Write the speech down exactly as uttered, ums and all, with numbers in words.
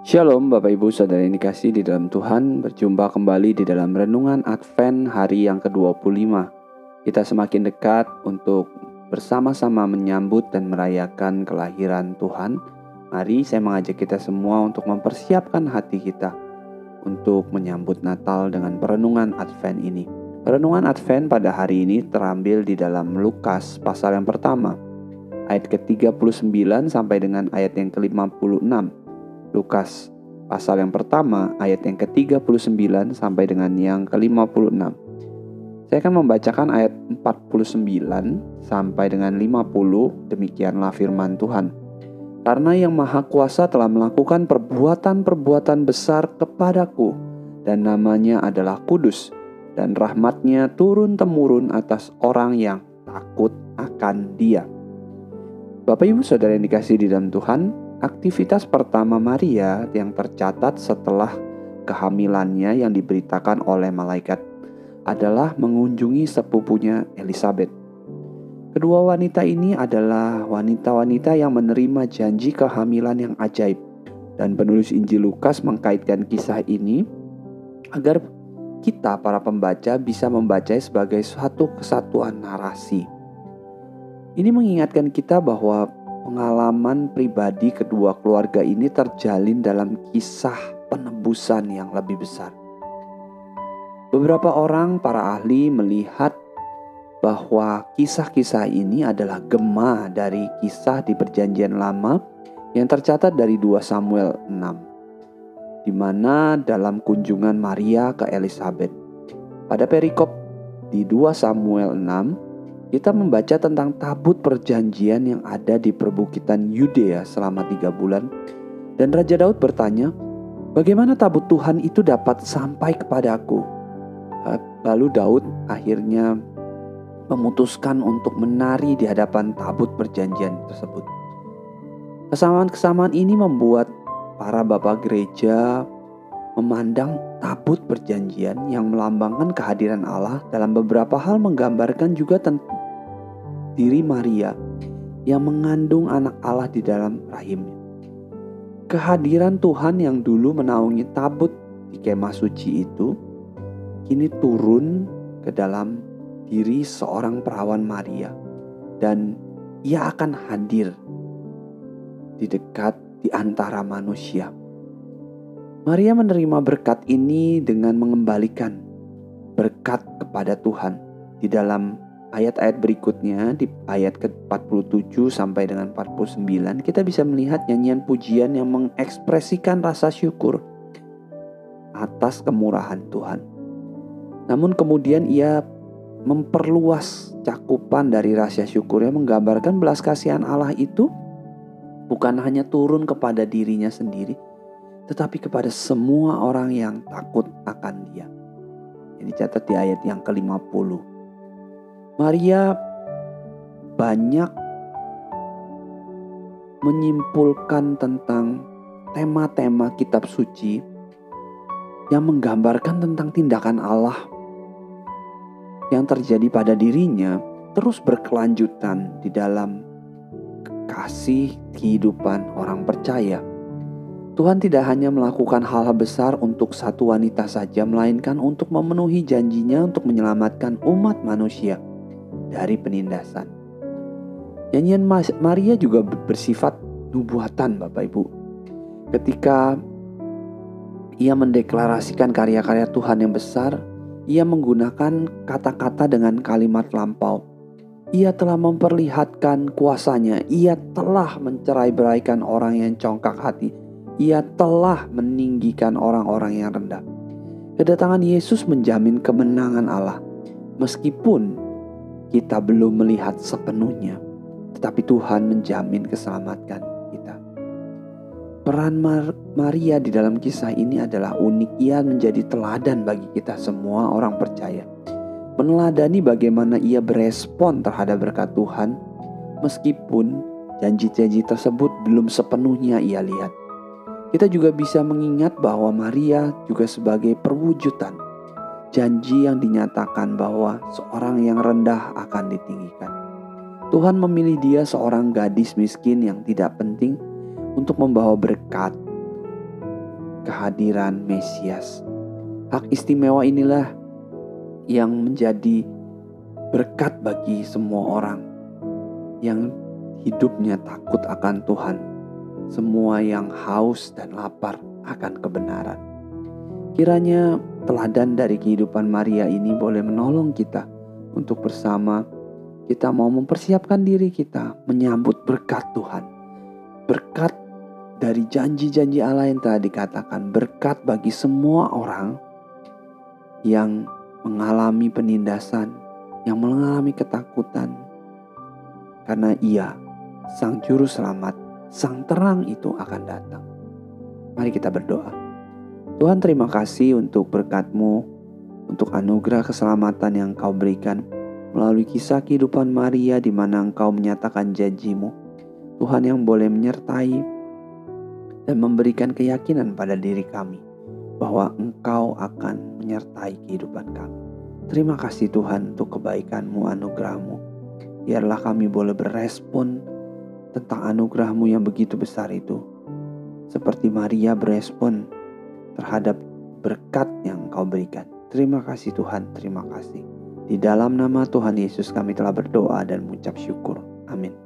Shalom Bapak Ibu Saudara yang dikasihi di dalam Tuhan. Berjumpa kembali di dalam Renungan Advent hari yang kedua puluh lima. Kita semakin dekat untuk bersama-sama menyambut dan merayakan kelahiran Tuhan. Mari saya mengajak kita semua untuk mempersiapkan hati kita untuk menyambut Natal dengan perenungan Advent ini. Perenungan Advent pada hari ini terambil di dalam Lukas pasal yang pertama, ayat ke tiga puluh sembilan sampai dengan ayat yang ke lima puluh enam. Lukas pasal yang pertama ayat yang ke tiga puluh sembilan sampai dengan yang ke lima puluh enam. Saya akan membacakan ayat empat puluh sembilan sampai dengan lima puluh. Demikianlah firman Tuhan. Karena yang Maha Kuasa telah melakukan perbuatan-perbuatan besar kepadaku, dan namanya adalah kudus, dan rahmatnya turun-temurun atas orang yang takut akan Dia. Bapak Ibu Saudara yang dikasihi di dalam Tuhan, aktivitas pertama Maria yang tercatat setelah kehamilannya yang diberitakan oleh malaikat adalah mengunjungi sepupunya Elizabeth. Kedua wanita ini adalah wanita-wanita yang menerima janji kehamilan yang ajaib, dan penulis Injil Lukas mengkaitkan kisah ini agar kita para pembaca bisa membacanya sebagai suatu kesatuan narasi. Ini mengingatkan kita bahwa pengalaman pribadi kedua keluarga ini terjalin dalam kisah penebusan yang lebih besar. Beberapa orang para ahli melihat bahwa kisah-kisah ini adalah gema dari kisah di Perjanjian Lama yang tercatat dari dua Samuel enam, di mana dalam kunjungan Maria ke Elizabeth. Pada perikop di dua Samuel enam, kita membaca tentang tabut perjanjian yang ada di perbukitan Yudea selama tiga bulan. Dan Raja Daud bertanya, bagaimana tabut Tuhan itu dapat sampai kepadaku? Lalu Daud akhirnya memutuskan untuk menari di hadapan tabut perjanjian tersebut. Kesamaan-kesamaan ini membuat para bapak gereja memandang tabut perjanjian yang melambangkan kehadiran Allah dalam beberapa hal menggambarkan juga tentang diri Maria yang mengandung anak Allah di dalam rahimnya. Kehadiran Tuhan yang dulu menaungi tabut di kemah suci itu kini turun ke dalam diri seorang perawan Maria, dan ia akan hadir di dekat di antara manusia. Maria menerima berkat ini dengan mengembalikan berkat kepada Tuhan. Di dalam ayat-ayat berikutnya, di ayat ke empat puluh tujuh sampai dengan empat puluh sembilan, kita bisa melihat nyanyian pujian yang mengekspresikan rasa syukur atas kemurahan Tuhan. Namun kemudian ia memperluas cakupan dari rasa syukurnya, menggambarkan belas kasihan Allah itu bukan hanya turun kepada dirinya sendiri, tetapi kepada semua orang yang takut akan Dia. Ini dicatat di ayat yang ke lima puluh. Maria banyak menyimpulkan tentang tema-tema kitab suci yang menggambarkan tentang tindakan Allah yang terjadi pada dirinya terus berkelanjutan di dalam kasih kehidupan orang percaya. Tuhan tidak hanya melakukan hal-hal besar untuk satu wanita saja, melainkan untuk memenuhi janjinya untuk menyelamatkan umat manusia dari penindasan. Nyanyian Maria juga bersifat nubuatan, Bapak Ibu. Ketika ia mendeklarasikan karya-karya Tuhan yang besar, ia menggunakan kata-kata dengan kalimat lampau. Ia telah memperlihatkan kuasanya. Ia telah mencerai-beraikan orang yang congkak hati. Ia telah meninggikan orang-orang yang rendah. Kedatangan Yesus menjamin kemenangan Allah. Meskipun kita belum melihat sepenuhnya, tetapi Tuhan menjamin keselamatan kita. Peran Mar- Maria di dalam kisah ini adalah unik. Ia menjadi teladan bagi kita semua orang percaya. Meneladani bagaimana ia berespon terhadap berkat Tuhan, meskipun janji-janji tersebut belum sepenuhnya ia lihat. Kita juga bisa mengingat bahwa Maria juga sebagai perwujudan janji yang dinyatakan bahwa seorang yang rendah akan ditinggikan. Tuhan memilih dia, seorang gadis miskin yang tidak penting, untuk membawa berkat kehadiran Mesias. Hak istimewa inilah yang menjadi berkat bagi semua orang yang hidupnya takut akan Tuhan, semua yang haus dan lapar akan kebenaran. Kiranya teladan dari kehidupan Maria ini boleh menolong kita untuk bersama kita mau mempersiapkan diri kita menyambut berkat Tuhan. Berkat dari janji-janji Allah yang telah dikatakan, berkat bagi semua orang yang mengalami penindasan, yang mengalami ketakutan. Karena Ia, Sang Juru Selamat, Sang Terang itu akan datang. Mari kita berdoa. Tuhan, terima kasih untuk berkat-Mu, untuk anugerah keselamatan yang Kau berikan melalui kisah kehidupan Maria di mana Engkau menyatakan janji-Mu. Tuhan yang boleh menyertai dan memberikan keyakinan pada diri kami bahwa Engkau akan menyertai kehidupan kami. Terima kasih Tuhan untuk kebaikan-Mu, anugerah-Mu. Biarlah kami boleh berespon tentang anugerah-Mu yang begitu besar itu, seperti Maria berespon terhadap berkat yang Engkau berikan. Terima kasih Tuhan, terima kasih. Di dalam nama Tuhan Yesus kami telah berdoa dan mengucap syukur. Amin.